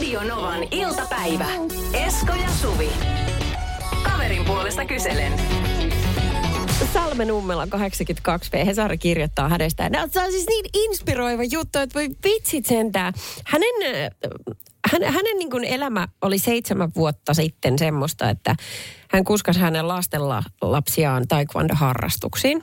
Radio Novan iltapäivä. Esko ja Suvi. Kaverin puolesta kyselen. Salme Nummela 82V. Hesari kirjoittaa hänestä. Se on siis niin inspiroiva juttu, että voi vitsit sentään. Hänen niin kuin elämä oli 7 vuotta sitten semmoista, että hän kuskasi hänen lapsiaan taekwondo-harrastuksiin.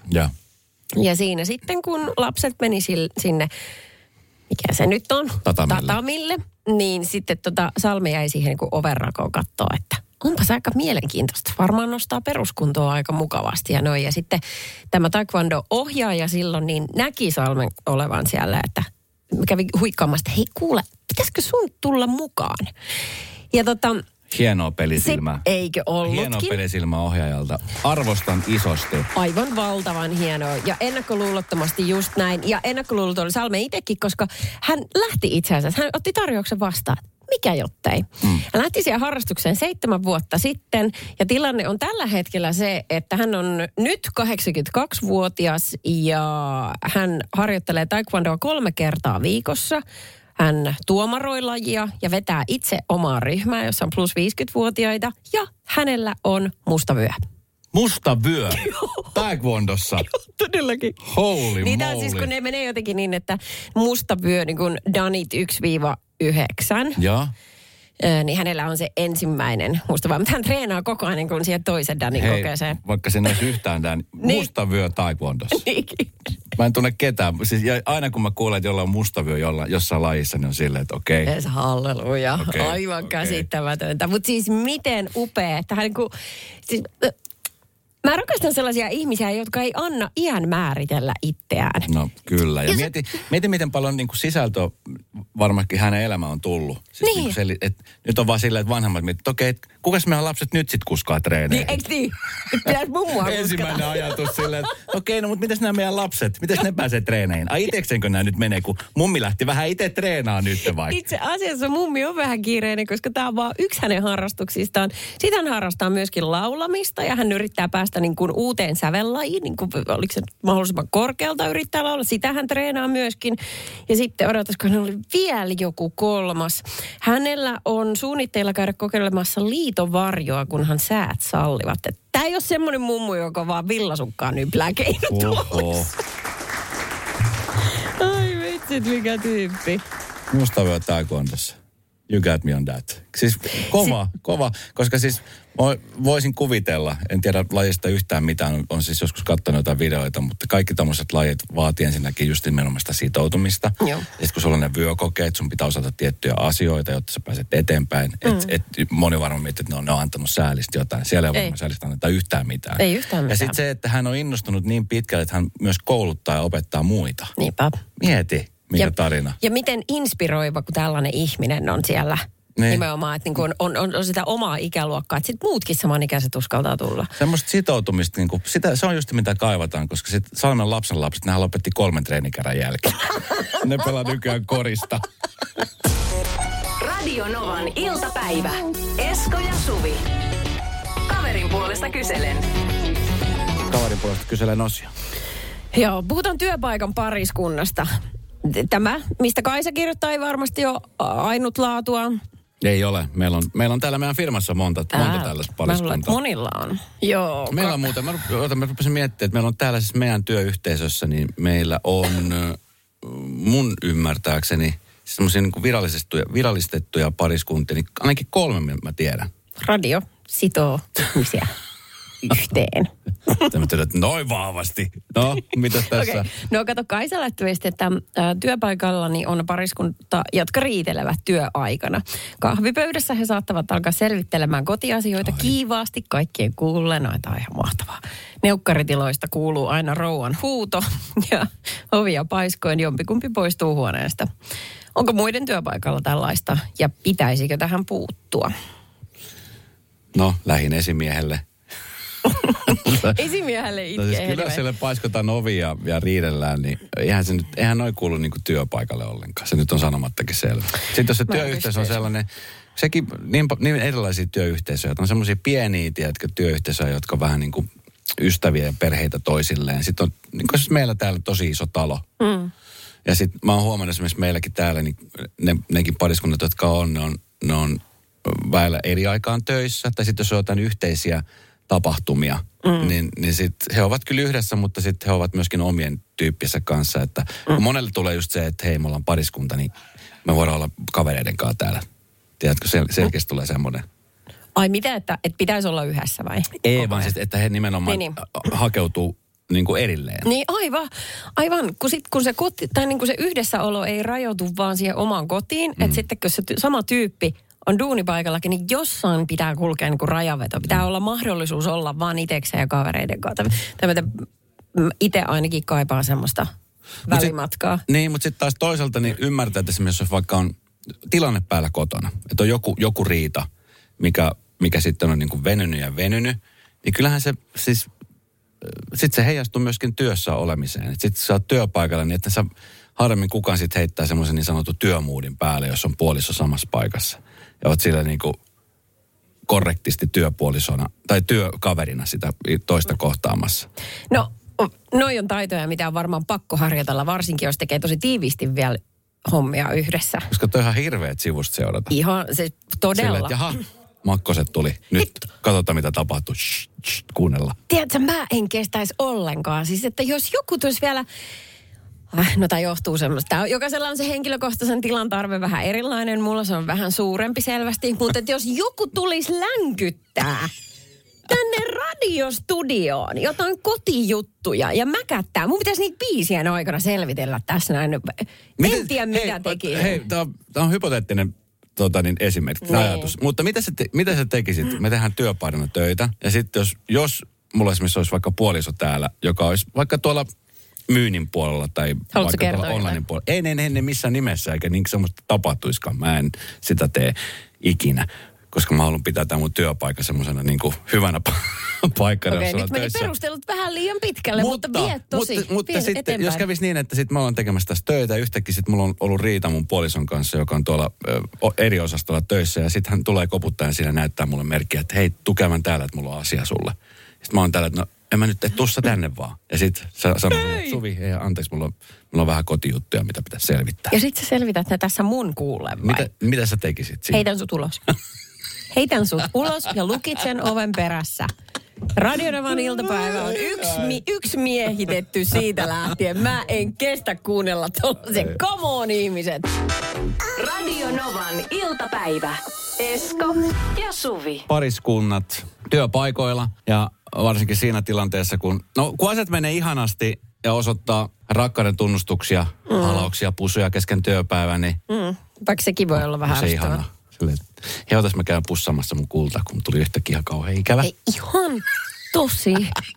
Ja siinä sitten, kun lapset meni sinne, mikä se nyt on, tatamille, niin sitten Salme jäi siihen niin kuin ovenrakoon katsoa, että onpas aika mielenkiintoista. Varmaan nostaa peruskuntoa aika mukavasti ja noin. Ja sitten tämä taekwondo-ohjaaja silloin niin näki Salmen olevan siellä, että kävi huikkaamasta, hei kuule, pitäisikö sun tulla mukaan? Ja hienoa pelisilmää. Eikö ollutkin? Hienoa pelisilmää ohjaajalta. Arvostan isosti. Aivan valtavan hienoa. Ja ennakkoluulottomasti just näin. Ja ennakkoluulot oli Salme itsekin, koska hän lähti itse asiassa. Hän otti tarjouksen vastaan. Mikä jottei. Hän lähti siihen harrastukseen 7 vuotta sitten. Ja tilanne on tällä hetkellä se, että hän on nyt 82-vuotias ja hän harjoittelee taekwondoa 3 kertaa viikossa. Hän tuomaroi lajia ja vetää itse omaa ryhmää, jossa on plus 50-vuotiaita. Ja hänellä on musta vyö. Musta vyö? Taekwondossa? Todellakin. Holy niitä moly. on siis, kun ne menee jotenkin niin, että musta vyö, niin kuin danit 1-9. Joo. Niin hänellä on se ensimmäinen musta vyö. Mutta hän treenaa koko ajan niin kuin siihen toisen danin kokeeseen. Vaikka se ei olisi yhtään dan, musta vyö taekwondossa. Niinkin. Mä en tunne ketään. Siis aina kun mä kuulen, että jolla on musta vyö jossain lajissa, niin on silleen, että okei. Halleluja. Aivan käsittämätöntä. Mutta siis miten upea, että hän niin kuin, siis, mä rakastan sellaisia ihmisiä, jotka ei anna iän määritellä itseään. No kyllä. Ja mieti miten paljon niin kuin sisältöä varmaankin hänen elämä on tullut. Siis niin. Nyt on vaan silleen, että vanhemmat miettii, että okei, kukas meidän lapset nyt sit kuskaa treeneihin? Niin, eikö niin? Pitäisi mummua Ensimmäinen ajatus silleen, että okei, no mutta mitäs nämä meidän lapset? Mitäs ne pääsee treeneihin? Ai iteksenkö nämä nyt menee, kun mummi lähti vähän itse treenaamaan nyt vaikka? Itse asiassa mummi on vähän kiireinen, koska tämä on vaan yksi hänen harrastuksistaan. Sitten hän harrastaa myöskin laulamista ja hän yrittää päästä niin kuin uuteen sävellajiin, niin kuin oliko se mahdollisimman korkealta yrittää laulaa. Sitä hän treenaa myöskin. Ja sitten odotasko hän oli vielä joku 3. Hänellä on suunnitteilla käydä kokeilemassa liitovarjoa, kunhan säät sallivat. Tämä ei ole semmoinen mummu, joka vaan villasukkaan nyplää keinotuolissa. Ai vitsit, mikä tyyppi. Musta vyö taekwondossa. You got me on that. Siis kova, koska siis voisin kuvitella, en tiedä lajista yhtään mitään, on siis joskus katsonut jotain videoita, mutta kaikki tämmöiset lajit vaatii ensinnäkin just nimenomaan sitä sitoutumista. Joo. Ja sitten kun sulla on ne vyökokeet, sun pitää osata tiettyjä asioita, jotta sä pääset eteenpäin. Moni varmaan miettii, että ne on antanut säälistä jotain. Siellä ei varmaan säälistä anneta yhtään mitään. Ei yhtään mitään. Ja sitten se, että hän on innostunut niin pitkälle, että hän myös kouluttaa ja opettaa muita. Niinpä. Mieti. Mikä tarina. Ja miten inspiroiva, kun tällainen ihminen on siellä nimenomaan, että niin on sitä omaa ikäluokkaa, että sitten muutkin samanikäiset uskaltaa tulla. Semmoista sitoutumista, niin kuin, se on just mitä kaivataan, koska sitten Salmen lapsenlapset, nehän lopetti 3 treenikerran jälkeen. Ne pelaa nykyään korista. Radio Novan iltapäivä. Esko ja Suvi. Kaverin puolesta kyselen. Kaverin puolesta kyselen Osia. Joo, puhutaan työpaikan pariskunnasta. Tämä, mistä Kaisa kirjoittaa, ei varmasti ole ainutlaatua. Ei ole. Meillä on täällä meidän firmassa monta tällaista pariskuntaa. Monilla on. Joo. Meillä on muuten, mä rupesin miettimään, että meillä on täällä siis meidän työyhteisössä, niin meillä on mun ymmärtääkseni semmoisia niin kuin virallistettuja pariskuntia, niin ainakin 3 mä tiedän. Radio sitoo ihmisiä yhteen. Tämä tiedät noin vahvasti. No, mitä tässä? Okay. No kato, Kaisa lähti että työpaikallani on pariskunta, jotka riitelevät työaikana. Kahvipöydässä he saattavat alkaa selvittelemään kotiasioita kiivaasti kaikkien kuullen. No, tämä on ihan mahtavaa. Neukkaritiloista kuuluu aina rouvan huuto ja ovia paiskoen jompikumpi poistuu huoneesta. Onko muiden työpaikalla tällaista ja pitäisikö tähän puuttua? No, lähin esimiehelle. Esimiehelle itse. No siis kyllä siellä paiskotaan ovia ja riidellään, niin eihän noi kuulu niinku työpaikalle ollenkaan. Se nyt on sanomattakin selvä. Sitten jos se työyhteisö on sellainen, sekin niin erilaisia työyhteisöjä, on semmoisia pieniä työyhteisöjä, jotka on vähän niin kuin ystäviä ja perheitä toisilleen. Sitten on niin kuin meillä täällä tosi iso talo. Ja sitten mä oon huomannut esimerkiksi meilläkin täällä, niin nekin pariskunnat, jotka on, ne on ne on väillä eri aikaan töissä, tai sitten jos on jotain yhteisiä tapahtumia, niin sitten he ovat kyllä yhdessä, mutta sitten he ovat myöskin omien tyyppiensä kanssa, että monelle tulee just se, että hei, me ollaan pariskunta, niin me voidaan olla kavereiden kanssa täällä. Tiedätkö, selkeästi tulee semmoinen. Ai mitä, että pitäisi olla yhdessä vai? Ei, vaan siis, että he nimenomaan hakeutuu niin kuin erilleen. Niin aivan. Kun se koti, tai niin kuin se yhdessäolo ei rajoitu vaan siihen omaan kotiin, että sitten kun se sama tyyppi on duunipaikallakin, niin jossain pitää kulkea niin kuin rajaveto. Pitää olla mahdollisuus olla vaan itsekseen ja kavereiden kanssa. Itse ainakin kaipaan semmoista välimatkaa. Mutta sitten taas toisaalta niin ymmärtää, että esimerkiksi jos vaikka on tilanne päällä kotona, että on joku riita, mikä sitten on niin kuin venynyt, niin kyllähän se siis, sitten se heijastuu myöskin työssä olemiseen. Sitten sä oot työpaikalla, niin että sä harvemmin kukaan sitten heittää semmoisen niin sanotun työmuudin päälle, jos on puoliso samassa paikassa. Ja oot sillä niin kuin korrektisti työpuolisona tai työkaverina sitä toista kohtaamassa. No, noi on taitoja, mitä on varmaan pakko harjoitella, varsinkin jos tekee tosi tiiviisti vielä hommia yhdessä. Koska toi on ihan hirveet sivusta seurata. Ihan, se todella. Sillä, että jaha, makkoset tuli. Nyt katsotaan, mitä tapahtuu. Kuunnella. Tiedätkö, mä en kestäisi ollenkaan. Siis, että jos joku tulisi vielä... No tämä johtuu semmoista. Jokaisella on se henkilökohtaisen tilan tarve vähän erilainen. Mulla se on vähän suurempi selvästi. Mutta jos joku tulisi länkyttää tänne radiostudioon jotain kotijuttuja ja mäkättää. Mun pitäisi niitä biisien aikana selvitellä tässä näin. En tiedä, mitä teki. Hei, tämä on hypoteettinen esimerkki, ajatus. Mutta mitä sä tekisit? Me tehdään työpaidana töitä. Ja sitten jos mulla esimerkiksi olisi vaikka puoliso täällä, joka olisi vaikka tuolla myynnin puolella tai haluatko vaikka tuolla online puolella. Ei missään nimessä, eikä niin semmoista tapahtuiskaan. Mä en sitä tee ikinä, koska mä haluan pitää tämän mun työpaikan semmoisena niin kuin hyvänä paikkana. Okei, nyt meni perustelut vähän liian pitkälle, mutta vie tosi. Mutta sitten, eteenpäin. Jos kävisi niin, että sitten mä olen tekemässä tässä töitä ja yhtäkkiä sitten mulla on ollut riita mun puolison kanssa, joka on tuolla eri osastolla töissä ja sitten hän tulee koputtaa ja siinä näyttää mulle merkkiä, että hei, tuu käymään täällä, että mulla on asia sulle. Sitten mä oon täällä, että no en mä nyt tee tuossa tänne vaan. Ja sitten sanoo, Suvi, hei, anteeksi, mulla on vähän kotijuttuja, mitä pitäisi selvittää. Ja sitten sä selvität ne tässä mun kuulen vai? Mitä sä tekisit siinä? Heitän sut ulos. Heitän sut ulos ja lukitsen oven perässä. Radionovan iltapäivä on yksi miehitetty siitä lähtien. Mä en kestä kuunnella tollasen. Come on, ihmiset. Radionovan iltapäivä. Esko ja Suvi. Pariskunnat työpaikoilla ja varsinkin siinä tilanteessa, kun asiat menee ihanasti ja osoittaa rakkauden tunnustuksia, halauksia, pusuja kesken työpäivän, niin... Vaikka sekin voi olla vähän ärsyttävää. Hei, otas mä käyn pussaamassa mun kultaa, kun tuli yhtäkkiä ihan kauhean ikävä. Ei, ihan tosi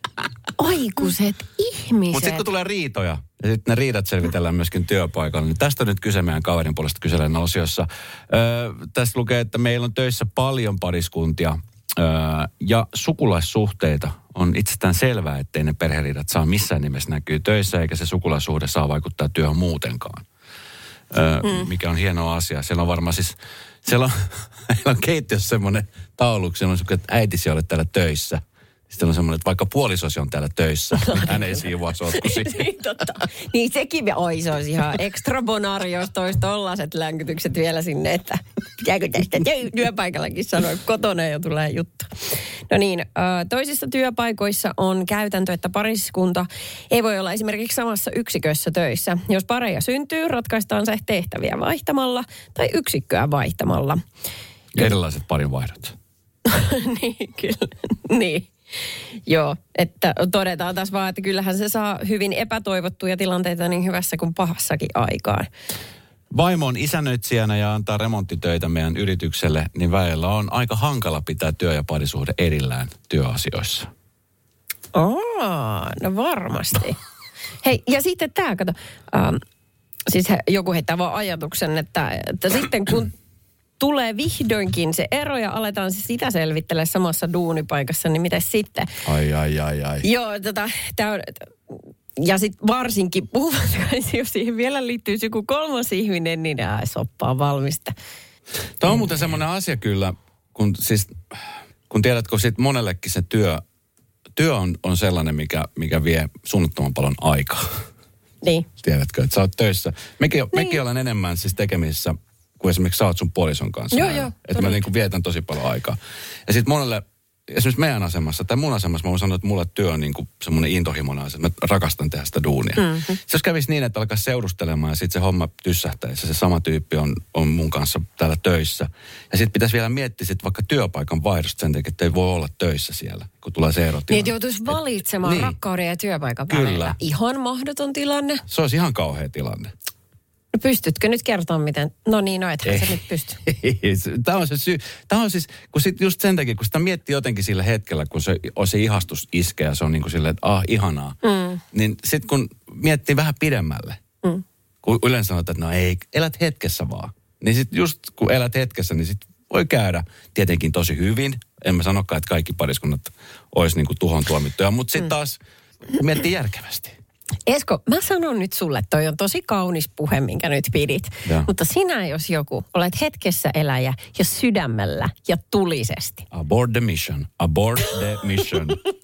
aikuiset ihmiset. Mutta sitten kun tulee riitoja, ja sitten ne riidat selvitellään myöskin työpaikalla, niin tästä on nyt kyse meidän kaverin puolesta kyselen osiossa. Tässä lukee, että meillä on töissä paljon pariskuntia ja sukulaissuhteita. On itsestään selvää, ettei ne perheriidat saa missään nimessä näkyy töissä, eikä se sukulaissuhde saa vaikuttaa työhön muutenkaan. Mikä on hieno asia. Siellä on varmaan siis, siellä on keittiössä semmoinen tauluksi, semmoinen, että äitisi olet täällä töissä. Sitten on semmoinen, että vaikka puolisosi on täällä töissä, niin hän ei siivoa sotkusi. Niin sekin, se olisi ihan ekstra bonari, jos toisi tollaiset länkytykset vielä sinne, että pitääkö tästä työpaikallakin sanoa, kotona jo tulee juttu. No niin, toisissa työpaikoissa on käytäntö, että pariskunta ei voi olla esimerkiksi samassa yksikössä töissä. Jos pareja syntyy, ratkaistaan se tehtäviä vaihtamalla tai yksikköä vaihtamalla. Erilaiset parinvaihdot. Niin, kyllä. Niin. Joo, että todetaan taas vaan, että kyllähän se saa hyvin epätoivottuja tilanteita niin hyvässä kuin pahassakin aikaan. Vaimo on isännöitsijänä ja antaa remonttitöitä meidän yritykselle, niin väellä on aika hankala pitää työ- ja parisuhde erillään työasioissa. No varmasti. Hei, ja sitten tämä, kato, siis joku heittää vaan ajatuksen, että sitten kun tulee vihdoinkin se ero ja aletaan sitä selvittelemään samassa duunipaikassa, niin miten sitten? Ai. Joo, tämä on... Ja sitten varsinkin puhumattakaan, jos siihen vielä liittyy joku kolmas ihminen, niin soppaa valmista. Tämä on muuten semmoinen asia kyllä, kun tiedätkö, sit monellekin se työ on sellainen, mikä vie suunnattoman paljon aikaa. Niin. Tiedätkö, että sä oot töissä. Mekin olen enemmän siis tekemisissä kuin esimerkiksi sä oot sun puolison kanssa. Joo. Että mä niin kuin vietän tosi paljon aikaa. Ja sitten monelle, esimerkiksi meidän asemassa, tai mun asemassa, mä voin sanoa, että mulle työ on niin kuin semmoinen intohimoinen asia. Mä rakastan tehdä sitä duunia. Se jos kävisi niin, että alkaisi seurustelemaan ja sitten se homma tyssähtäisi. Se sama tyyppi on mun kanssa täällä töissä. Ja sitten pitäisi vielä miettiä sit vaikka työpaikan vaihdosta sen takia, että ei voi olla töissä siellä, kun tulee se erotilanne. Niin, että joutuisi valitsemaan rakkauden ja työpaikan välillä. Ihan mahdoton tilanne. Se olisi ihan kauhea tilanne. No pystytkö nyt kertomaan miten? No niin, no ethän sä nyt pysty. Tämä on se syy. Tämä on siis, kun sit just sen takia, kun sitä miettii jotenkin sillä hetkellä, kun se ihastus iskee ja se on niin kuin silleen, että ihanaa. Niin sitten kun miettii vähän pidemmälle, kun yleensä sanotaan, että no ei, elät hetkessä vaan. Niin sitten just kun elät hetkessä, niin sitten voi käydä tietenkin tosi hyvin. En mä sanokaan, että kaikki pariskunnat olisi niin kuin tuhon tuomittuja, mutta sitten taas miettii järkevästi. Esko, mä sanon nyt sulle, toi on tosi kaunis puhe, minkä nyt pidit. Ja. Mutta sinä, jos joku, olet hetkessä eläjä ja sydämellä ja tulisesti. Aboard the mission. Aboard the mission.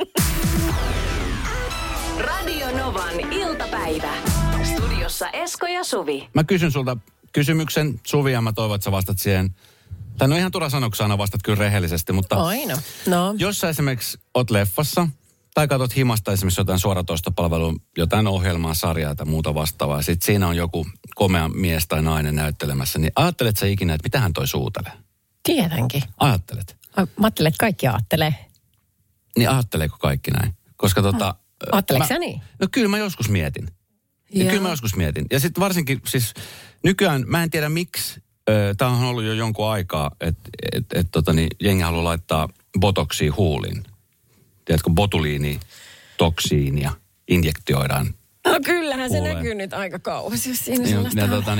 Radio Novan iltapäivä. Studiossa Esko ja Suvi. Mä kysyn sulta kysymyksen, Suvi, ja mä toivon, että sä vastat siihen. Tai no ihan turha sanoa, kun sä aina vastat kyllä rehellisesti, mutta aina. No. Jos sä esimerkiksi oot leffassa tai katsot himasta esimerkiksi jotain suoratoistopalvelua, jotain ohjelmaa, sarjaa tai muuta vastaavaa, sitten siinä on joku komea mies tai nainen näyttelemässä, niin ajattelet sä ikinä, että mitähän toi suutelee? Tietenkin. Ajattelet? Mä ajattelen, että kaikki ajattelee. Niin ajatteleeko kaikki näin? Koska ajatteleeko sä niin? No kyllä mä joskus mietin. Ja sitten varsinkin siis nykyään, mä en tiedä miksi, tää on ollut jo jonkun aikaa, että jengi haluaa laittaa botoksia huuliin. Tiedätkö, botuliini, toksiinia injektioidaan. No kyllähän se näkyy nyt aika kauas, jos siinä sellaista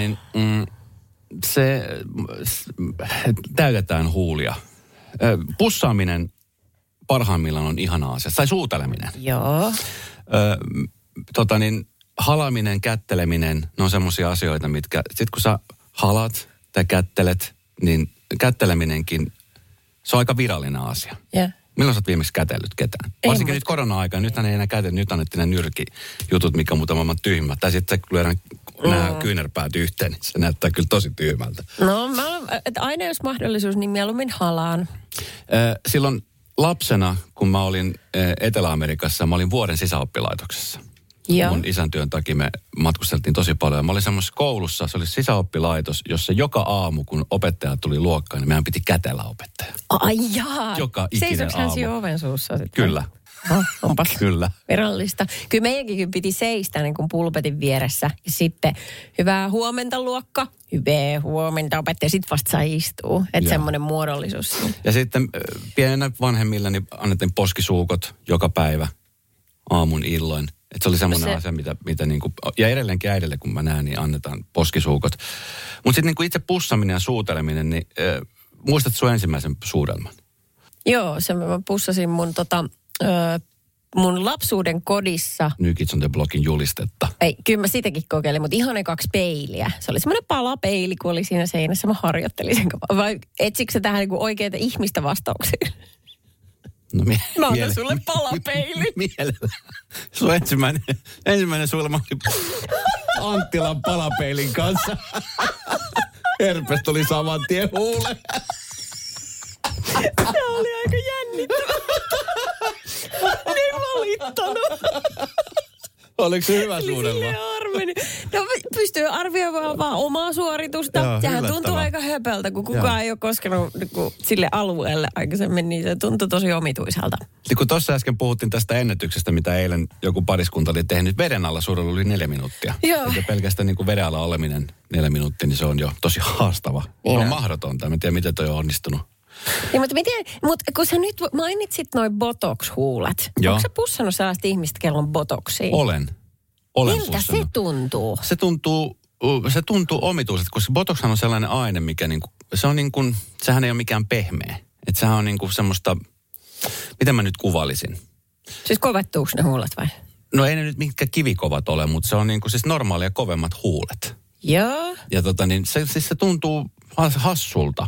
se täytetään huulia. Pussaaminen parhaimmillaan on ihana asia. Tai suuteleminen. Joo. Halaminen, kätteleminen, ne on semmoisia asioita, mitkä sit kun sä halat tai kättelet, niin kätteleminenkin, se on aika virallinen asia. Yeah. Milloin sä oot viimeksi kätellyt ketään? Varsinkin nyt korona-aikaan. Nythän ei enää kätellä. Nyt annettiin ne nyrkijutut, mikä on muutaman tyhmät. Tai sitten se lyödään nämä kyynärpäät yhteen, niin se näyttää kyllä tosi tyhmältä. No, aina jos mahdollisuus, niin mieluummin halaan. Silloin lapsena, kun mä olin Etelä-Amerikassa, mä olin vuoden sisäoppilaitoksessa. Ja. Mun isän työn takia me matkusteltiin tosi paljon. Mä olin semmoisessa koulussa, se oli sisäoppilaitos, jossa joka aamu, kun opettaja tuli luokkaan, niin meidän piti kätellä opettajaa. Ai jaa. Joka ikinen aamu. Seisoksi hän oven suussa sitten? Kyllä. Onpas kyllä. Virallista. Kyllä meidänkin piti seistä niin kuin pulpetin vieressä. Ja sitten hyvää huomenta luokka, hyvää huomenta opettaja. Sitten vasta sai istua. Että semmoinen muodollisuus. Ja sitten pienenä vanhemmilla niin annettiin poskisuukot joka päivä aamun illoin. Että se oli semmoinen asia, mitä niinku, ja edelleenkin äidille, kun mä näen, niin annetaan poskisuukot. Mutta sitten niinku itse pussaminen ja suuteleminen, niin muistatko sun ensimmäisen suudelman? Joo, mä pussasin mun lapsuuden kodissa. New Kids on the Blockin julistetta. Ei, kyllä mä sitäkin kokeilin, mutta ihan ne 2 peiliä. Se oli semmoinen palapeili, kun oli siinä seinässä. Mä harjoittelin sen. Vai etsikö se tähän niinku oikeita ihmistä vastauksia? No, mä annan sulle palapeilin. Mielellä. Sun ensimmäinen suudelma oli Anttilan palapeilin kanssa. Herpes tuli saman tien huuleen. Se oli aika jännittävä. Niin valittanut. Oliko se hyvä suudelma? No pystyy arvioimaan vaan omaa suoritusta. Joo, sehän tuntuu aika höpöltä, kun kukaan ei ole koskenut sille alueelle aikaisemmin, niin se tuntui tosi omituisalta. Kun tuossa äsken puhuttiin tästä ennätyksestä, mitä eilen joku pariskunta oli tehnyt, veden alla suudella oli 4 minuuttia. Joo. Ja pelkästään niin kuin veden alla oleminen 4 minuuttia, niin se on jo tosi haastava. Niin on mahdotonta. En tiedä, miten toi on onnistunut. Niin, mutta kun sä nyt mainitsit noi botox-huulet. Onko sä pussannut sellaista ihmistä, kello on botoksia? Olen miltä pussannut. Se tuntuu? Se tuntuu omituiselta, koska botoxhan on sellainen aine, mikä niinku, se on niin kuin, sehän ei ole mikään pehmeä. Että sehän on niinku semmoista, miten mä nyt kuvailisin? Siis kovettuuko ne huulet vai? No ei ne nyt mitkä kivikovat ole, mutta se on niinku siis normaalia kovemmat huulet. Joo. Ja se tuntuu hassulta.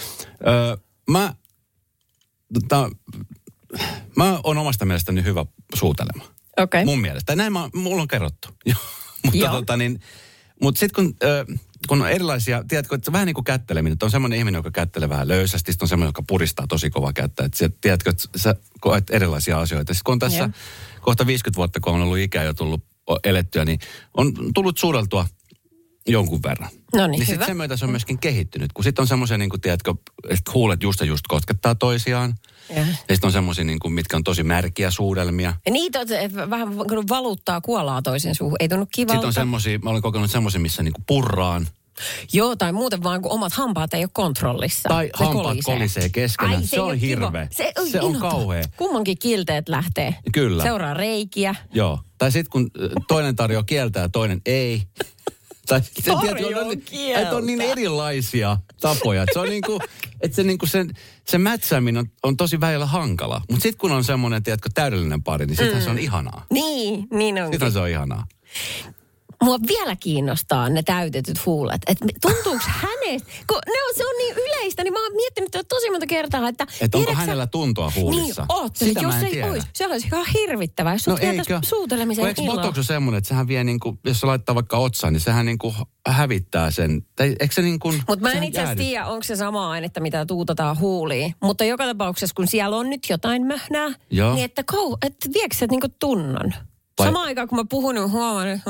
Mä oon omasta mielestäni hyvä suutelema. Okay. Mun mielestä. Näin mulla on kerrottu. Mutta sitten kun kun on erilaisia, tiedätkö, että vähän niin kuin kätteleminen, että on semmoinen ihminen, joka kättelee vähän löysästi, sitten on semmoinen, joka puristaa tosi kovaa kättä, että tiedätkö, että sä koet erilaisia asioita. Sitten kun on tässä kohta 50 vuotta, kun on ollut ikää jo tullut elettyä, niin on tullut suureltua jonkun verran. No niin, sitten sen myötä se on myöskin kehittynyt, kun sitten on semmoisia, niin kuin tiedätkö, että huulet just koskettaa toisiaan. Ja sitten on semmoisia, niin kuin, mitkä on tosi märkiä suudelmia. Ja niitä on, vähän valuttaa kuolaa toisen suuhun. Ei tunnu kivalta. Sitten on semmoisia, mä olen kokenut semmoisia, missä niin kuin purraan. Joo, tai muuten vaan, kun omat hampaat ei ole kontrollissa. Tai hampaat kolisee keskenään. Ai, se on hirveä. Se on kauhea. Kummankin kilteet lähtee. Kyllä. Seuraa reikiä. Joo. Tai sitten kun toinen tarjoaa kieltä ja toinen ei. Tai että on niin erilaisia tapoja. Että se on niinku, että se mätsääminen on tosi väillä hankala. Mutta sitten kun on semmoinen, tiedätkö, täydellinen pari, niin sittenhän se on ihanaa. Niin onkin. Sittenhän se on ihanaa. Mua vielä kiinnostaa ne täytetyt huulet. Että tuntuuko hänestä, kun se on niin yleistä, niin mä oon miettinyt tosi monta kertaa, että... Että onko hänellä tuntoa huulissa? Niin, oottelit, jos ei olisi. Se olisi ihan hirvittävää, jos sut vietäisi suutelemisen eikö botox ole semmoinen, että sehän vie niinku, jos se laittaa vaikka otsaan, niin sehän niinku hävittää sen. Tai eikö se niinku... Mutta mä en itse asiassa tiedä, onko se sama ainetta, mitä tuutetaan huuliin. Mutta joka tapauksessa, kun siellä on nyt jotain möhnää, niin että viekö se niinku tunnon? Samaan aikaan, kun mä puhun, niin huomaan, että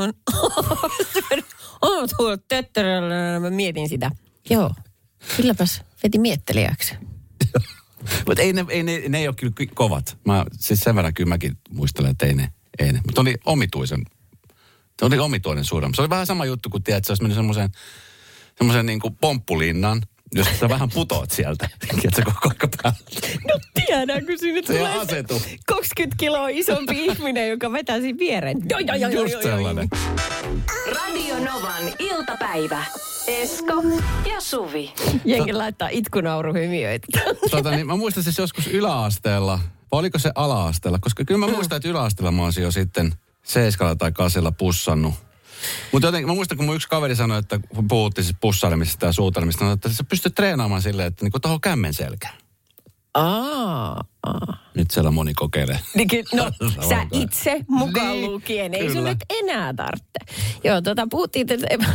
on tullut töttöröllä, mä mietin sitä. Joo, kylläpäs veti miettelijäksi. Mutta ne ei ole kyllä kovat. Siis sen verran kyllä mäkin muistelen, että ei ne. Mutta oli omituinen suurempi. Se oli vähän sama juttu, kun tiedät, että se olisi mennyt semmoisen niin kuin pomppulinnan, jos sä vähän putoat sieltä. Tiedätkö koko päältä? No tiedän, kun sinne tulee asetu. 20 kiloa isompi ihminen, joka vetää siinä viereen. Just sellainen. Radio Novan iltapäivä. Esko ja Suvi. Jengi laittaa itkunauruhymiöitä. Niin mä muistan siis joskus yläasteella, vai oliko se ala-asteella? Koska kyllä mä muistan, että yläasteella mä olisin jo sitten 7 tai 8 pussannut. Mutta jotenkin, mä muistan, kun mun yksi kaveri sanoi, että kun puhuttiin siis pussailemisesta ja suutelemisesta, että sä pystyt treenaamaan silleen, että niinku tohon kämmen selkään. Nyt siellä moni kokeilee. No, sä itse mukaan lukien. Ei sun nyt enää tarvitse. Joo, puhuttiin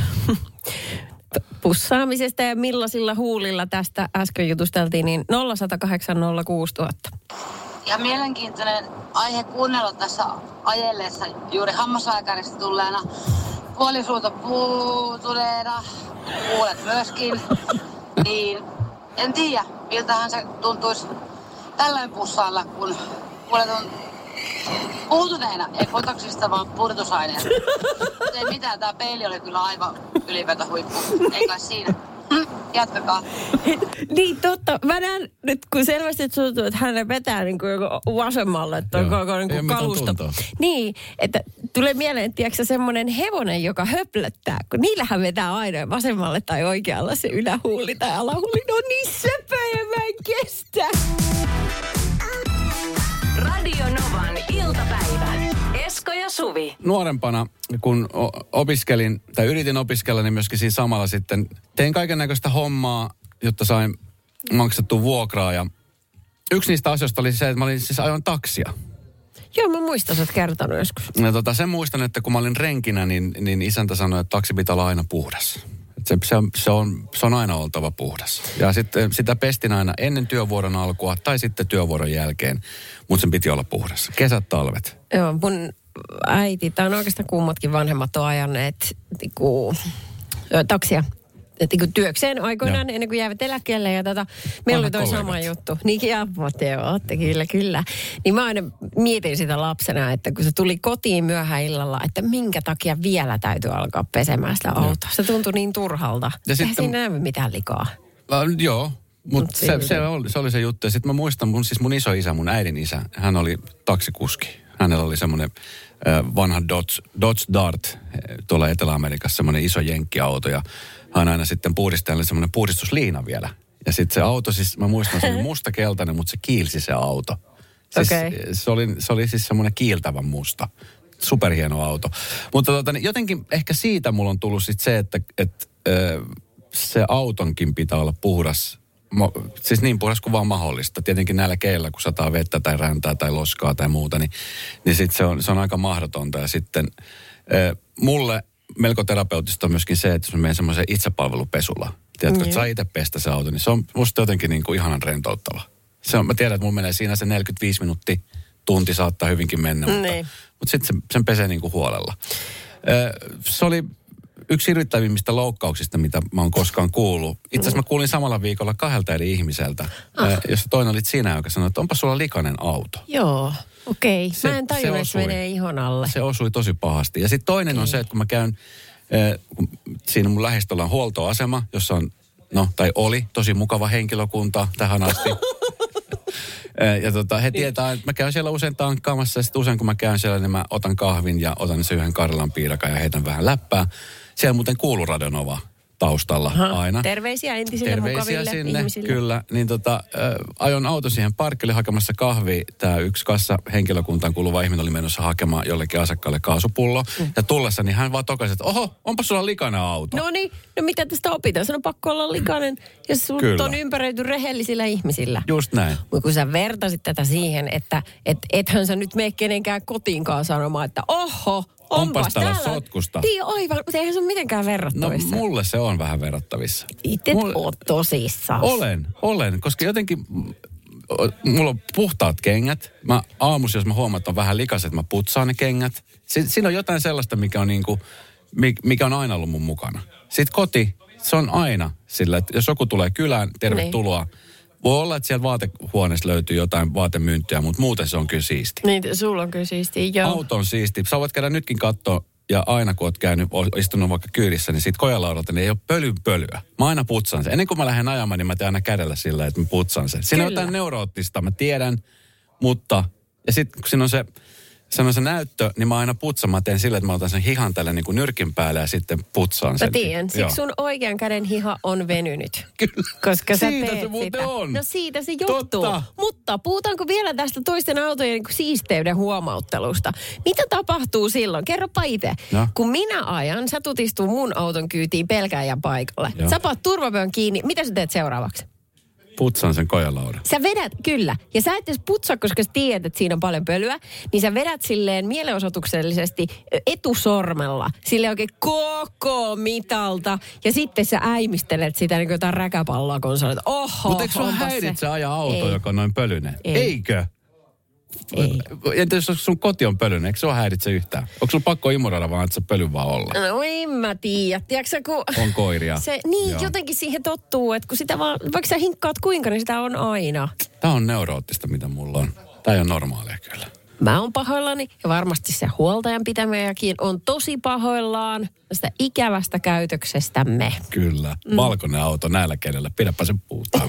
pussaamisesta ja millaisilla huulilla tästä äsken jutusteltiin, niin 0806000. Ja mielenkiintoinen aihe kuunnella tässä ajellessa juuri hammaslääkäristä tulleena, puolisuuta puutuneena, huulet myöskin, niin en tiedä, miltähän se tuntuisi tällöin pussailla, kun huulet on puutuneena, ei botoksista vaan purtusaineesta. Mutta ei mitään, tämä peili oli kyllä aivan ylipäätä huippu, ei kai siinä. Jatkakaa. Niin totta. Mä näen nyt, kun selvästi tuntuu, että hän vetää niin kuin vasemmalle, että on koko niin kalusta. Niin, että tulee mieleen, tiedätkö semmoinen hevonen, joka höplöttää, kun niillähän vetää aina vasemmalle tai oikealle se ylähuuli tai alahuuli. No niin söpöjä, mä en kestä. Radio Novan iltapäivä. Esko ja Suvi. Nuorempana, kun opiskelin, tai yritin opiskella, niin myöskin siinä samalla sitten tein kaiken näköistä hommaa, jotta sain maksettua vuokraa. Ja yksi niistä asioista oli se, että mä olin siis ajoin taksia. Joo, mä muistan, että olet kertonut joskus. Ja sen muistan, että kun mä olin renkinä, niin isäntä sanoi, että taksi pitää olla aina puhdas. Se on aina oltava puhdas. Ja sitten sitä pestin aina ennen työvuoron alkua tai sitten työvuoron jälkeen, mutta sen piti olla puhdas. Kesät, talvet. Joo, mun äiti, tai oikeastaan kummatkin vanhemmat on ajaneet taksia. Työkseen aikoinaan, ennen kuin jäävät eläkkeelle. Ja meillä oli toi sama juttu. Niin, te ootte, kyllä. Niin mä aina mietin sitä lapsena, että kun se tuli kotiin myöhään illalla, että minkä takia vielä täytyy alkaa pesemään sitä autoa. Se tuntui niin turhalta. Eihän siinä näy mitään likaa. Joo, mutta se oli se juttu. Ja sitten mä muistan, mun isoisä, mun äidin isä, hän oli taksikuski. Hänellä oli semmoinen vanha Dodge Dart tuolla Etelä-Amerikassa, semmoinen iso jenkkiauto. Ja hän aina sitten puhdistajalle semmoinen puhdistusliina vielä. Ja sitten se auto, siis mä muistan, se oli mustakeltainen, mutta se kiilsi se auto. Siis se oli siis semmoinen kiiltävän musta. Superhieno auto. Mutta jotenkin ehkä siitä mulla on tullut sitten se, että se autonkin pitää olla puhdas. Siis niin puhdas kuin vaan mahdollista. Tietenkin näillä keillä, kun sataa vettä tai räntää tai loskaa tai muuta, niin sitten se on aika mahdotonta. Ja sitten mulle melko terapeutista on myöskin se, että jos mä menen semmoiseen itsepalvelupesulla, tiedätkö, että saa itse pestä se auto, niin se on musta jotenkin niin kuin ihanan rentouttava. Mä tiedän, että mun menee siinä se 45 minuuttia, tunti saattaa hyvinkin mennä, mutta sitten sen pesee niin kuin huolella. Se oli yksi hirvittävimmistä loukkauksista, mitä mä oon koskaan kuullut. Itse asiassa mä kuulin samalla viikolla 2 eri ihmiseltä, josta toinen oli sinä, joka sanoi, että onpa sulla likainen auto. Joo, okei. Mä en tajunnut, että menee ihon alle. Se osui tosi pahasti. Ja sitten toinen on se, että kun mä käyn, siinä mun lähistöllä on huoltoasema, jossa on, tai oli tosi mukava henkilökunta tähän asti. Ja he tietää, että mä käyn siellä usein tankkaamassa ja sitten usein kun mä käyn siellä, niin mä otan kahvin ja otan sen yhden Karjalan piirakan ja heitän vähän läppää. Siellä muuten kuuluu Radio Nova taustalla aina. Terveisiä entisille mukaville sinne, ihmisille. Kyllä. Niin ajon auto siihen parkille hakemassa kahvia. Tämä yksi kassa henkilökuntaan kuuluva ihminen oli menossa hakemaan jollekin asiakkaalle kaasupullo. Ja tullessa, niin hän vaan tokaisi, että oho, onpa sulla likainen auto. No niin, no mitä tästä opitaan? Se on pakko olla likainen, jos sut on ympäröity rehellisillä ihmisillä. Just näin. Mutta kun sä vertasit tätä siihen, että ethän sä nyt mene kenenkään kotiinkaan sanomaan, että oho, onpas täällä sotkusta. Niin, aivan, mutta eihän se ole mitenkään verrattavissa. No mulle se on vähän verrattavissa. Itse oot tosissaan. Olen, koska jotenkin mulla on puhtaat kengät. Mä aamussa, jos mä huomaan, että on vähän likaiset, mä putsaan ne kengät. Siinä on jotain sellaista, mikä on aina ollut mun mukana. Sitten koti, se on aina sillä, että jos joku tulee kylään, tervetuloa. Niin. Voi olla, että siellä vaatehuoneessa löytyy jotain vaatemyyntiä, mutta muuten se on kyllä siisti. Niin, sulla on kyllä siisti, joo. Auto on siisti. Sä voit käydä nytkin katsoa, ja aina kun oot istunut vaikka kyydissä, niin siitä kojalaudalta niin ei ole pölyä. Mä aina putsaan sen. Ennen kuin mä lähden ajamaan, niin mä teen aina kädellä sillä, että mä putsaan sen. Siinä on jotain neuroottista, mä tiedän, mutta... Ja sitten kun siinä on se näyttö, niin mä aina putsaan. Mä teen sillä, että mä otan sen hihan tälle niin kuin nyrkin päälle ja sitten putsaan sen. Mä tiedän. Siksi sun oikean käden hiha on venynyt. Kyllä. Koska sä siitä teet se muuten sitä. on. No siitä se johtuu. Totta. Mutta puhutaanko vielä tästä toisten autojen niin kuin siisteyden huomauttelusta? Mitä tapahtuu silloin? Kerropa itse. No. Kun minä ajan, sä tutistuu mun auton kyytiin pelkääjän paikalle. Joo. Sä paat turvapyön kiinni. Mitä sä teet seuraavaksi? Putsaan sen kojalaudan. Sä vedät, kyllä. Ja sä et edes putsaa, koska sä tiedät, että siinä on paljon pölyä. Niin sä vedät silleen mielenosoituksellisesti etusormella. Silleen oikein koko mitalta. Ja sitten sä äimistelet sitä niin kuin jotain räkäpalloa, kun sä olet, oho. Mutta eikö sua häiritse ajaa auto, joka on noin pölyinen? Eikö? Ei. Entä jos sun koti on pölyinen, eikö sua häiritse yhtään? Onko sulla pakko imuroida vaan, että se pöly vaan olla? No en mä tiedä. Tiedätkö kun... On koiria. Joo. Jotenkin siihen tottuu, että kun sitä vaan, vaikka sä hinkkaat kuinka, niin sitä on aina. Tää on neuroottista, mitä mulla on. Tää ei ole normaalia kyllä. Mä oon pahoillani ja varmasti se huoltajan pitämäjäkin on tosi pahoillaan tästä ikävästä käytöksestämme. Kyllä. Valkoinen auto näillä kenellä. Pidäpä sen puutaan.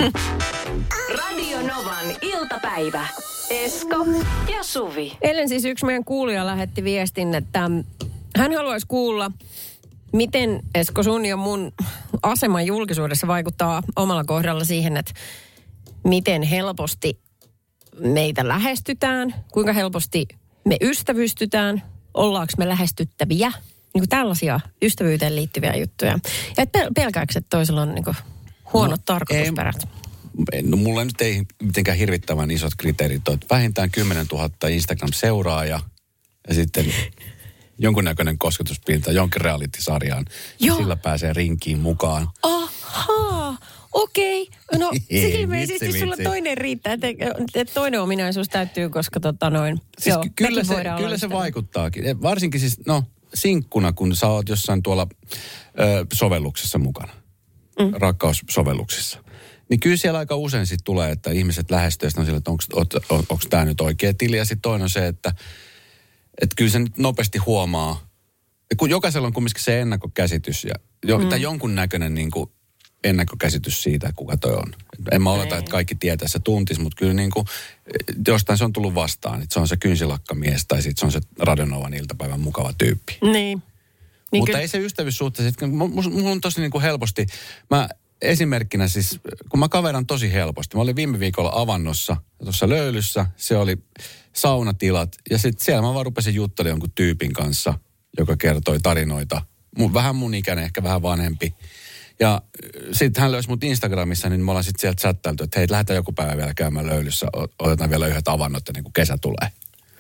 Radio Novan iltapäivä. Esko ja Suvi. Eilen siis yksi meidän kuulija lähetti viestin, että hän haluaisi kuulla, miten Esko sun ja mun asema julkisuudessa vaikuttaa omalla kohdalla siihen, että miten helposti meitä lähestytään, kuinka helposti me ystävystytään, ollaanko me lähestyttäviä, niin kuin tällaisia ystävyyteen liittyviä juttuja. Ja pelkääkö, että toisella on niin kuin huonot tarkoitusperät? No mulla nyt ei mitenkään hirvittävän isot kriteerit ole. Vähintään 10 000 Instagram-seuraaja ja sitten jonkunnäköinen kosketuspinta jonkin reality-sarjaan. Ja sillä pääsee rinkiin mukaan. Ahaa, okei. No se ilmeisesti sulla toinen riittää, että toinen ominaisuus täyttyy, koska Siis kyllä se vaikuttaakin. Varsinkin siis, sinkkuna, kun sä oot jossain tuolla sovelluksessa mukana. Rakkaussovelluksissa. Niin kyllä siellä aika usein sitten tulee, että ihmiset lähestyy ja on sillä, että onko tämä nyt oikea tili. Ja sitten toinen on se, että kyllä se nyt nopeasti huomaa. Kun jokaisella on kumminkin se ennakkokäsitys tai jonkun näköinen niin kuin ennakkokäsitys siitä, kuka toi on. En mä oleta, että kaikki tietää se tuntis, mutta kyllä niin kuin jostain se on tullut vastaan. Että se on se kynsilakkamies tai sitten se on se Radio Novan iltapäivän mukava tyyppi. Niin. Mutta ei se ystävyyssuhteessa, mulla on tosi niin kuin helposti, esimerkkinä siis, kun mä kaveran tosi helposti. Mä olin viime viikolla avannossa, tuossa löylyssä. Se oli saunatilat. Ja sitten siellä mä vaan rupesin juttelemaan jonkun tyypin kanssa, joka kertoi tarinoita. Vähän mun ikäinen, ehkä vähän vanhempi. Ja sitten hän löysi mut Instagramissa, niin me ollaan sitten sieltä chattailtu, että hei, lähdetään joku päivä vielä käymään löylyssä. Otetaan vielä yhdet avannot, niin kun kesä tulee.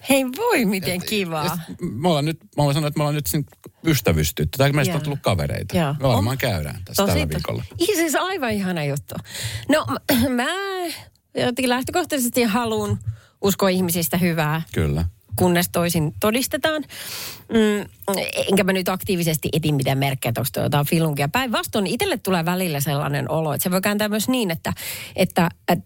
Hei voi, miten kivaa. Mä voin sanoa, että me ollaan nyt ystävystytty. Tai meistä on tullut kavereita. Joo. Me varmaan käydään tässä tällä viikolla. Siis aivan ihana juttu. No mä jotenkin lähtökohtaisesti haluan uskoa ihmisistä hyvää. Kyllä. Kunnes toisin todistetaan. Enkä mä nyt aktiivisesti etin mitään merkkejä, että onko jotain filunkia. Päinvastoin itselle tulee välillä sellainen olo, että se voi kääntää myös niin, että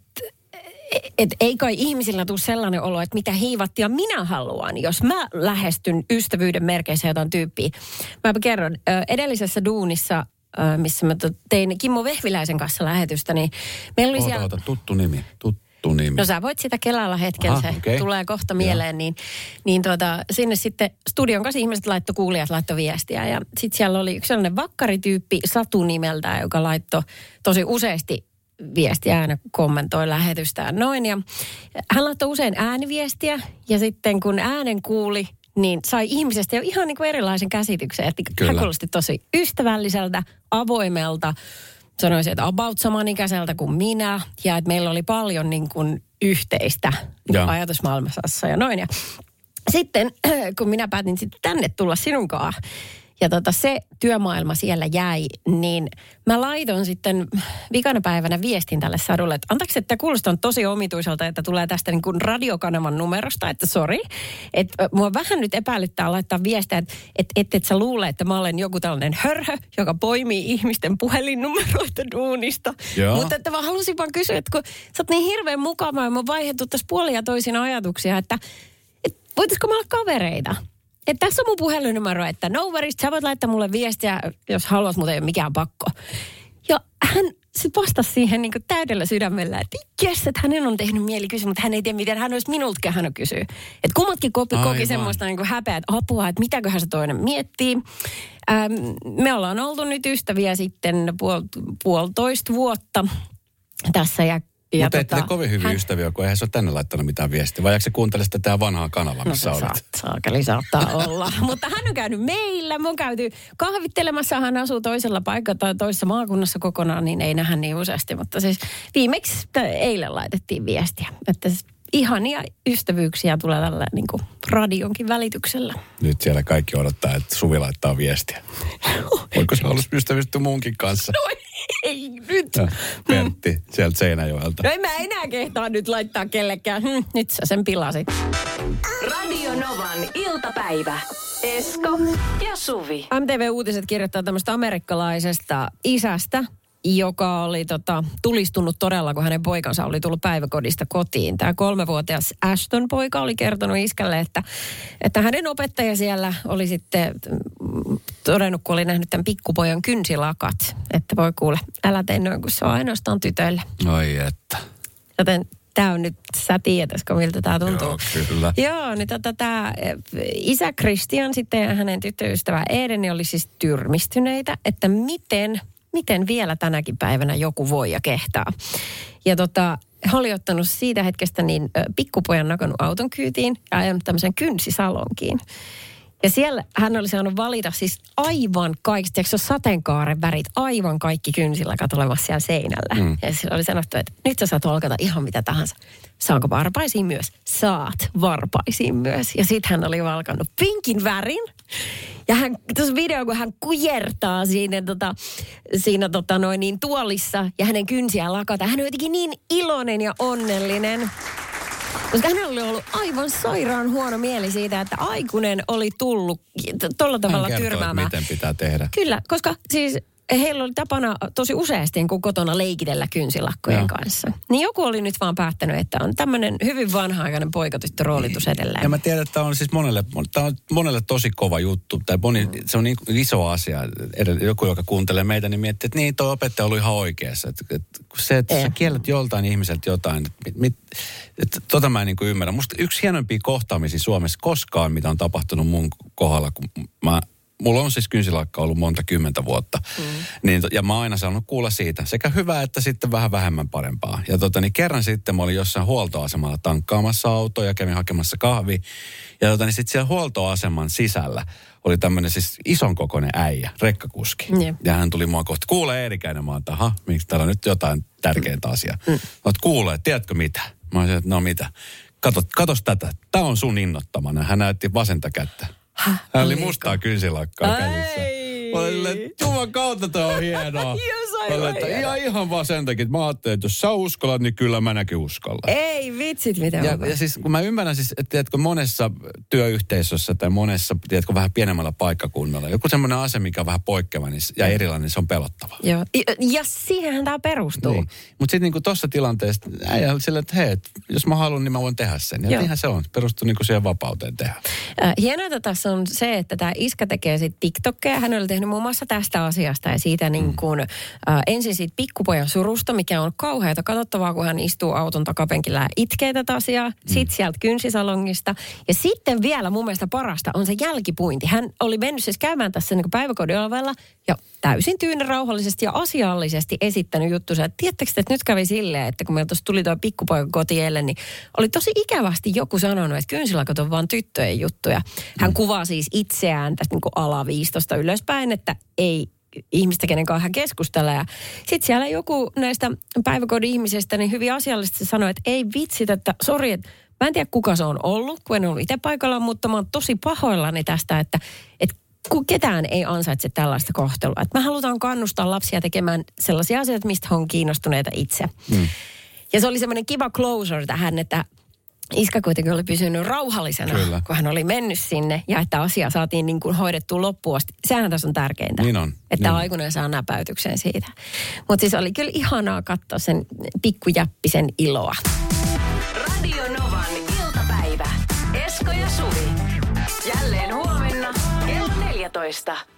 ei kai ihmisillä tule sellainen olo, että mitä hiivattia minä haluan, jos mä lähestyn ystävyyden merkeissä jotain tyyppiä. Mä kerron, edellisessä duunissa, missä mä tein Kimmo Vehviläisen kanssa lähetystä, niin meillä oli siellä... Tuttu nimi. No sä voit sitä kelailla hetken, se tulee kohta mieleen, niin sinne sitten studion kanssa ihmiset kuulijat laittoi viestiä. Ja sitten siellä oli yksi sellainen vakkarityyppi Satu nimeltään, joka laittoi tosi useasti viestiä, aina kommentoi lähetystään noin. Ja hän laittoi usein ääniviestiä ja sitten kun äänen kuuli, niin sai ihmisestä jo ihan niin kuin erilaisen käsityksen. Että hän kuulosti tosi ystävälliseltä, avoimelta. Sanoisin, että about samanikäiseltä kuin minä ja että meillä oli paljon niin kuin yhteistä ajatusmaailmassa ja noin. Ja sitten kun minä päätin sitten tänne tulla sinunkaan ja se työmaailma siellä jäi, niin mä laitoin sitten vikana päivänä viestin tälle Sadulle, että antaako, että kuulostaa tosi omituiselta, että tulee tästä niin kuin radiokanavan numerosta, että sori, että mua vähän nyt epäilyttää laittaa viestiä, että et sä luule, että mä olen joku tällainen hörhö, joka poimii ihmisten puhelinnumeroita duunista. Joo. Mutta että mä halusin vaan kysyä, että kun sä oot niin hirveän mukava ja mä vaihdettu tässä puolin ja toisin ajatuksia, että voitaisiko me olla kavereita? Että tässä on mun puhelinnumero, että no worries, sä voit laittaa mulle viestiä, jos haluat, mutta ei ole mikään pakko. Ja hän sitten vastasi siihen niin kuin täydellä sydämellä, että jes, että hänen on tehnyt mieli kysyä, mutta hän ei tiedä, miten hän olisi minultakaan hän kysyä. Että kummatkin koki semmoista niin kuin häpeää, että apua, että mitäköhän se toinen miettii. Me ollaan oltu nyt ystäviä sitten puolitoista vuotta tässä ja mutta ette kovin hyvin ystäviä, kun eihän se ole tänne laittanut mitään viestiä. Vai se kuuntele sitä tää vanhaa kanavaa, missä olet? Saakeli saattaa olla. Mutta hän on käynyt meillä. Mä oon käyty kahvittelemassa. Hän asuu toisella paikalla tai toisessa maakunnassa kokonaan, niin ei nähdä niin useasti. Mutta siis viimeksi eilen laitettiin viestiä. Että ihania ystävyyksiä tulee tällä niin kuin radionkin välityksellä. Nyt siellä kaikki odottaa, että Suvi laittaa viestiä. Voiko se olla ystävystyä muunkin kanssa? No ei nyt. Ja Pertti sieltä Seinäjoelta. No en mä enää kehtaa nyt laittaa kellekään. Nyt sä sen pilasit. Radio Novan iltapäivä. Esko ja Suvi. MTV-uutiset kirjoittaa tämmöistä amerikkalaisesta isästä, joka oli tulistunut todella, kun hänen poikansa oli tullut päiväkodista kotiin. Tämä 3-vuotias Ashton-poika oli kertonut iskälle, että hänen opettaja siellä oli sitten todennut, kun oli nähnyt tämän pikkupojan kynsilakat, että voi kuule, älä tee noin, kun se on ainoastaan tytöille. Oi että. Joten tämä on nyt, sä tiedätkö, miltä tämä tuntuu. Joo, kyllä. Joo, niin tämä isä Christian sitten ja hänen tyttöystävä Edeni oli siis tyrmistyneitä, että miten vielä tänäkin päivänä joku voi ja kehtaa. Ja he oli ottanut siitä hetkestä niin pikkupojan nakannut auton kyytiin ja ajanut tämmöisen kynsisalonkiin. Ja siellä hän oli saanut valita siis aivan kaikki, eikö se ole sateenkaaren värit, aivan kaikki kynsilakat olemassa siellä seinällä. Ja sillä oli sanottu, että nyt sä saat olkata ihan mitä tahansa. Saanko varpaisiin myös? Saat varpaisiin myös. Ja sitten hän oli valkannut pinkin värin. Ja hän, tuossa video, kun hän kujertaa siinä tuolissa ja hänen kynsiään lakata. Hän on jotenkin niin iloinen ja onnellinen. Koska hänellä oli ollut aivan sairaan huono mieli siitä, että aikuinen oli tullut tuolla tavalla tyrmäämään. Hän kertoo, miten pitää tehdä. Kyllä, koska siis heillä oli tapana tosi useasti kun kotona leikitellä kynsilakkojen kanssa. Niin joku oli nyt vaan päättänyt, että on tämmöinen hyvin vanha-aikainen poikatyttöroolitus edelleen. Ja mä tiedän, että tämä on siis monelle tosi kova juttu. Se on niin iso asia. Joku, joka kuuntelee meitä, niin miettii, että niin, tuo opettaja on ollut ihan oikeassa. Että sä kiellät joltain ihmiseltä jotain. Tota mä en niin kuin ymmärrä. Musta yksi hienoimpia kohtaamisia Suomessa koskaan, mitä on tapahtunut mun kohdalla, kun mulla on siis kynsilakka ollut monta 10 vuotta. Niin, ja mä oon aina saanut kuulla siitä. Sekä hyvää että sitten vähän vähemmän parempaa. Ja niin kerran sitten mä olin jossain huoltoasemalla tankkaamassa autoa ja kävin hakemassa kahvia. Ja niin sitten siellä huoltoaseman sisällä oli tämmöinen siis ison kokoinen äijä, rekkakuski. Ja hän tuli mua kohta, kuule Eerikäinen, mä oon, miksi täällä on nyt jotain tärkeintä asiaa. Kuule, tiedätkö mitä? Mä olisin, että no mitä? katos tätä. Tää on sun innottamana. Hän näytti vasenta kättä. Hän oli mustaa kynsilakkaa käsissä. Juman kautta toi on hienoa. Ihan vaan sen takia, että mä ajattelin, että jos sä uskallat, niin kyllä mäkin uskallan. Ei vitsit, mitä ja siis kun mä ymmärrän siis, että tiedätkö, monessa työyhteisössä tai monessa, tiedätkö, vähän pienemmällä paikkakunnalla, joku semmoinen ase, mikä on vähän poikkeava ja erilainen, se on pelottava. Joo. Ja siihenhän tää perustuu. Niin. Mutta sitten niinku tossa tilanteessa äijä sillä, että hei, jos mä haluan, niin mä voin tehdä sen. Ja niinhän se on. Perustuu niinku siihen vapauteen tehdä. Hienointa tässä on se, että tämä iskä tekee sitten TikTokkeja. Hän oli tehnyt muun muassa tästä asiasta ja siitä niin kuin, ensin siitä pikkupojan surusta, mikä on kauheata katsottavaa, kun hän istuu auton takapenkillä ja itkee tätä asiaa. Sitten sieltä kynsisalongista. Ja sitten vielä mun mielestä parasta on se jälkipuinti. Hän oli mennyt siis käymään tässä niin päiväkodin ovella ja täysin tyynen rauhallisesti ja asiallisesti esittänyt juttuja. Että tiedättekö, että nyt kävi silleen, että kun meillä tuossa tuli tuo pikkupoika kotielle, niin oli tosi ikävästi joku sanonut, että kynsilakot on vaan tyttöjen juttuja. Hän kuvaa siis itseään tästä niin kuin ala 15 ylöspäin, että ei ihmistä, kenen kanssa hän keskustelee. Sitten siellä joku näistä päiväkodin ihmisistä niin hyvin asiallisesti sanoi, että ei vitsit, että sori, että mä en tiedä kuka se on ollut, kun en ollut itse paikalla, mutta mä oon tosi pahoillani tästä, että ketään ei ansaitse tällaista kohtelua. Että me halutaan kannustaa lapsia tekemään sellaisia asioita, mistä he on kiinnostuneita itse. Ja se oli semmoinen kiva closure tähän, että iskä kuitenkin oli pysynyt rauhallisena, kyllä, kun hän oli mennyt sinne ja että asia saatiin niin kuin hoidettua loppuun asti. Sehän tässä on tärkeintä. Niin on. Että niin aikuinen saa näpäytyksen siitä. Mutta siis oli kyllä ihanaa katsoa sen pikkujäppisen iloa. Radio Novan iltapäivä. Esko ja Suvi. Jälleen huomenna kello 14.